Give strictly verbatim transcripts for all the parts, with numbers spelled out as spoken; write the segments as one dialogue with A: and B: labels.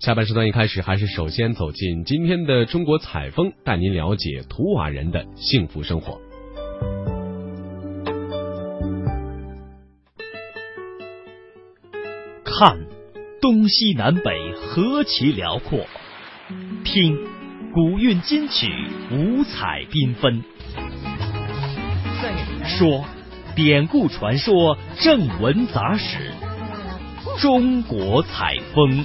A: 下半时段一开始，还是首先走进今天的中国采风，带您了解图瓦人的幸福生活。
B: 看，东西南北何其辽阔；听，古韵今曲五彩缤纷；说，典故传说正文杂史。中国采风。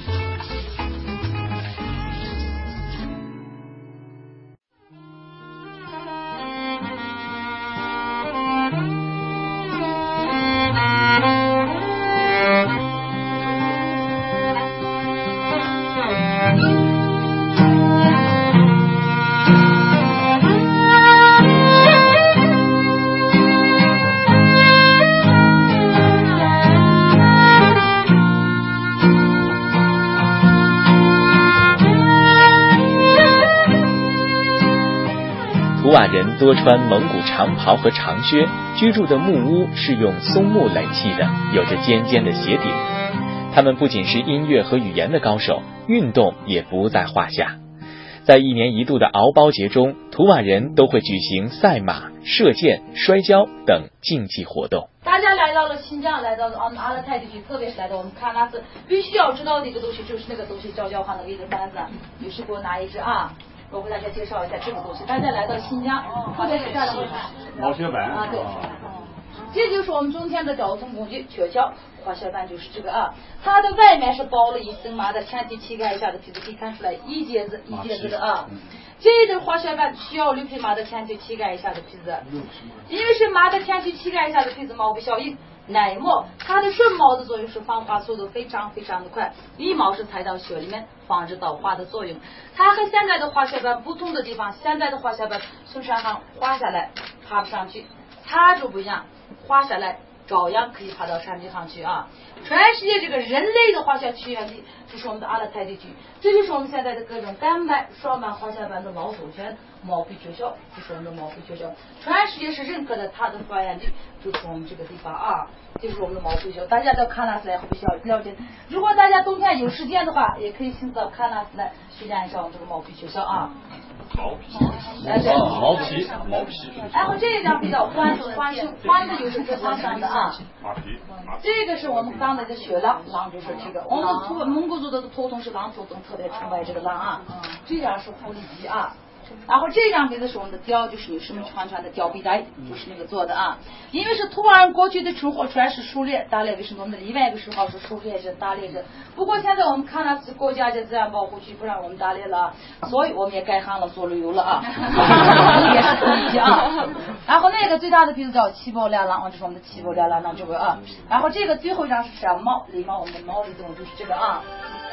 C: 图瓦人多穿蒙古长袍和长靴，居住的木屋是用松木垒砌的，有着尖尖的斜顶。他们不仅是音乐和语言的高手，运动也不在话下。在一年一度的敖包节中，图瓦人都会举行赛马、射箭、摔跤等竞技活动。
D: 大家来到了新疆，来到了阿勒泰地区，特别是来到我们喀纳斯，必须要知道的一个东西就是那个东西叫叫哈那个一个单子，女士给我拿一支啊。我给大家介绍一下这个东西。大家来到新疆，特别是这样的
E: 滑雪板
D: 啊，对，这就是我们中天的交通工具雪橇。滑雪板就是这个啊，它的外面是包了一层麻的前提膝盖以下的皮子，可以看出来一节子一节子的啊。这个滑雪板需要六匹马的前提膝盖以下的皮子，因为是马的前提膝盖以下的皮子毛不效应。奶毛，它的顺毛的作用是防滑速度非常非常的快，立毛是踩到雪里面，防止倒滑的作用。它和现在的滑雪板不同的地方，现在的滑雪板从山上滑下来，爬不上去，它就不一样，滑下来照样可以爬到山顶上去啊。全世界这个人类的滑雪起源地就是我们的阿勒泰地区，这就是我们现在的各种单板、双板滑雪板的老首选毛坯学校，就是我们的毛坯学校。全世界是认可的，它的发源地就是我们这个地方啊，就是我们的毛坯学校。大家到喀纳斯来互相了解。如果大家冬天有时间的话，也可以亲自到喀纳斯来训练一下我们这个毛坯学校啊。
E: 毛皮，毛皮，毛皮。
D: 然后这一张比较宽宽胸，宽的就是这方向的啊。
E: 马皮。
D: 这个是我们刚才的雪狼，狼就是这个。我们的图蒙古族的头头是狼头头，特别崇拜这个狼啊。这张是狐狸皮啊。然后这张鼻子是我们的貂，就是女士们穿穿的貂皮带，就是那个做的啊。因为是图瓦人过去的称呼全是狩猎，打猎为生，我们的另外一个称号是狩猎者、打猎者。不过现在我们看到是国家的自然保护区不让我们打猎了，所以我们也改行了做旅游了啊。也是可以啊。然后那个最大的鼻子叫七宝两郎，这是我们的七宝两郎这个啊。然后这个最后一张是山猫，狸猫，我们的猫狸动物就是这个啊。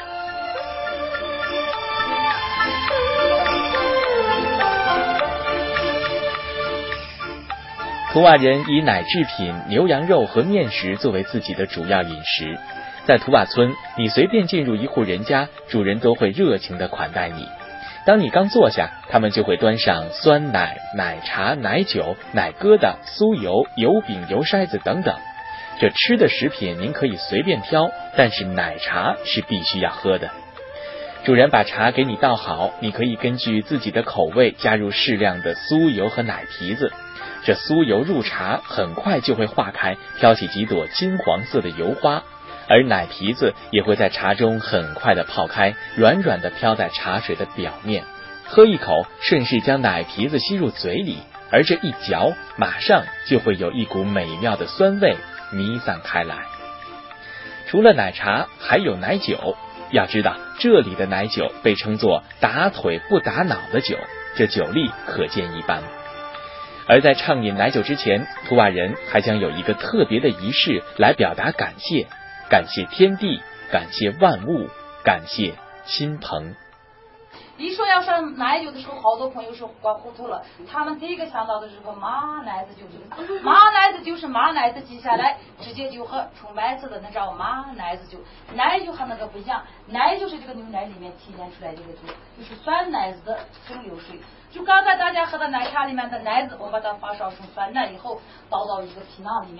C: 图瓦人以奶制品、牛羊肉和面食作为自己的主要饮食。在图瓦村，你随便进入一户人家，主人都会热情地款待你。当你刚坐下，他们就会端上酸奶、奶茶、奶酒、奶疙瘩、酥油、油饼、油筛子等等。这吃的食品您可以随便挑，但是奶茶是必须要喝的。主人把茶给你倒好，你可以根据自己的口味加入适量的酥油和奶皮子。这酥油入茶，很快就会化开，飘起几朵金黄色的油花，而奶皮子也会在茶中很快的泡开，软软的飘在茶水的表面。喝一口，顺势将奶皮子吸入嘴里，而这一嚼，马上就会有一股美妙的酸味弥散开来。除了奶茶，还有奶酒。要知道，这里的奶酒被称作打腿不打脑的酒，这酒力可见一斑。而在畅饮奶酒之前，图瓦人还将有一个特别的仪式来表达感谢，感谢天地，感谢万物，感谢亲朋。
D: 一说要上奶酒的时候，好多朋友说搞糊涂了，他们第一个想到的是个马奶子酒，马奶子就是马奶子挤下来直接就喝，纯白色的那叫马奶子酒。奶酒和那个不一样，奶就是这个牛奶里面提炼出来的一个酒，就是酸奶子的蒸馏水。就刚才大家喝的奶茶里面的奶子，我把它发烧成酸奶以后倒到一个皮囊里面，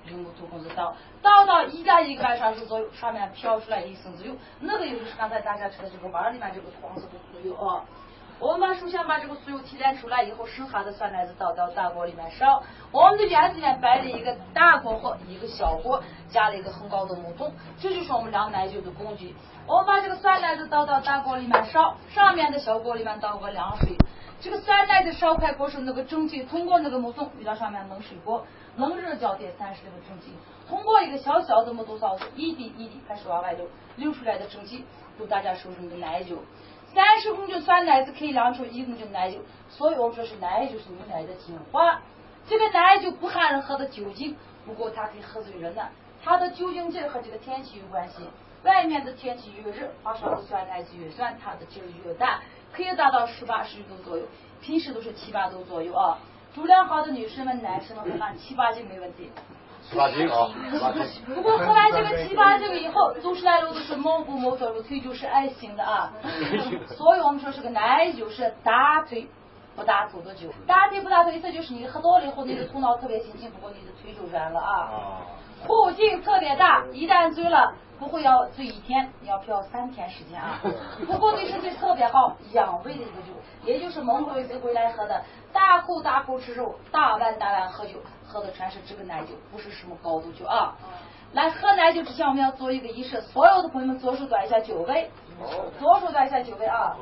D: 用木头工子倒，倒到一加一个半小时左右，上面飘出来一层子油，那个油就是刚才大家吃的这个碗里面这个黄色的酥油啊。我们把首先把这个酥油提炼出来以后，剩下的酸奶子倒到大锅里面烧。我们的院子里面摆了一个大锅和一个小锅，加了一个很高的木桶，这就是我们酿奶酒的工具。我们把这个酸奶子倒到大锅里面烧，上面的小锅里面倒个凉水。这个酸奶子烧开锅时，那个蒸汽通过那个木桶遇到上面冷水锅，冷热交叠三十这个蒸汽，通过一个小小的木头槽子，一滴一滴开始往外流，流出来的蒸汽由大家手中的奶酒。三十公斤酸奶子可以酿出一公斤奶酒，所以我们说是奶酒是牛奶的精华。这个奶酒不含任何的酒精，不过它可以喝醉人呢。它的酒精劲和这个天气有关系，外面的天气越热，发烧的酸奶子越酸，它的劲儿越大，可以达到十八十度左右，平时都是七八度左右啊。主量好的女士们、男士们喝完七八斤没问题。
E: 十八斤啊，十八斤。
D: 不过喝完这个七八这个以后，走出来路都是毛骨毛头，腿就是矮型的啊。所以我们说这个奶酒是大腿不大头的酒，大腿不大头意思就是你喝多了以后，你的头脑特别清醒，不过你的腿就软了啊。后劲特别大，一旦醉了不会要醉一天，你要漂三天时间啊。不过对身体特别好，养胃的一个酒，也就是蒙古人回来喝的，大口大口吃肉，大碗大碗喝酒，喝的全是这个奶酒，不是什么高度酒啊。来喝奶酒之前，我们要做一个仪式，所有的朋友们左手端一下酒杯，左手端一下酒杯啊。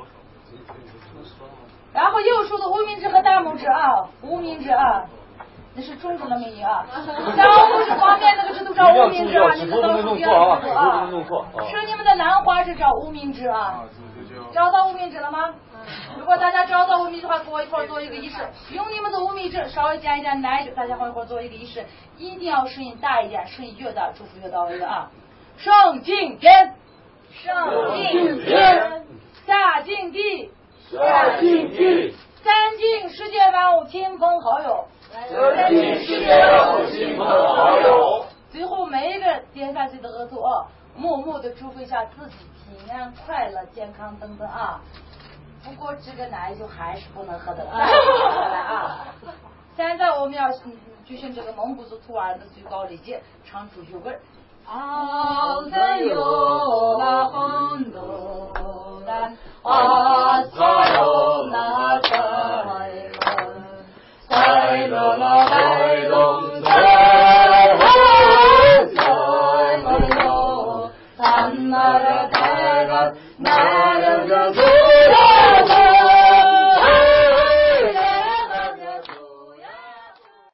D: 然后右手的无名指和大拇指啊，无名指啊。那是中指的美女啊，然后是旁边那个指头找无名指啊，你们到处不要指啊，是你们的兰花是找无名指啊，找到无名指了吗？如果大家找到无名指的话，跟我一块儿做一个仪式，用你们的无名指稍微加一点奶酒，大家伙一块儿做一个仪式，一定要声音大一点，声音越大，祝福越到位的啊。上敬天，
F: 上敬天，
D: 下敬地，
F: 下敬地，
D: 三敬世界万物亲朋好友。
F: 三敬世界万物亲朋好友。
D: 最后每一个人点下去的额头啊，默默的祝福一下自己平安、快乐、健康等等啊。不过这个奶酒还是不能喝的了啊。现在我们要举行这个蒙古族图瓦人的最高礼节，唱出酒歌。啊，咱有那很多的啊，咱有那在门。在了那海东在海在了哟，咱那的台湾。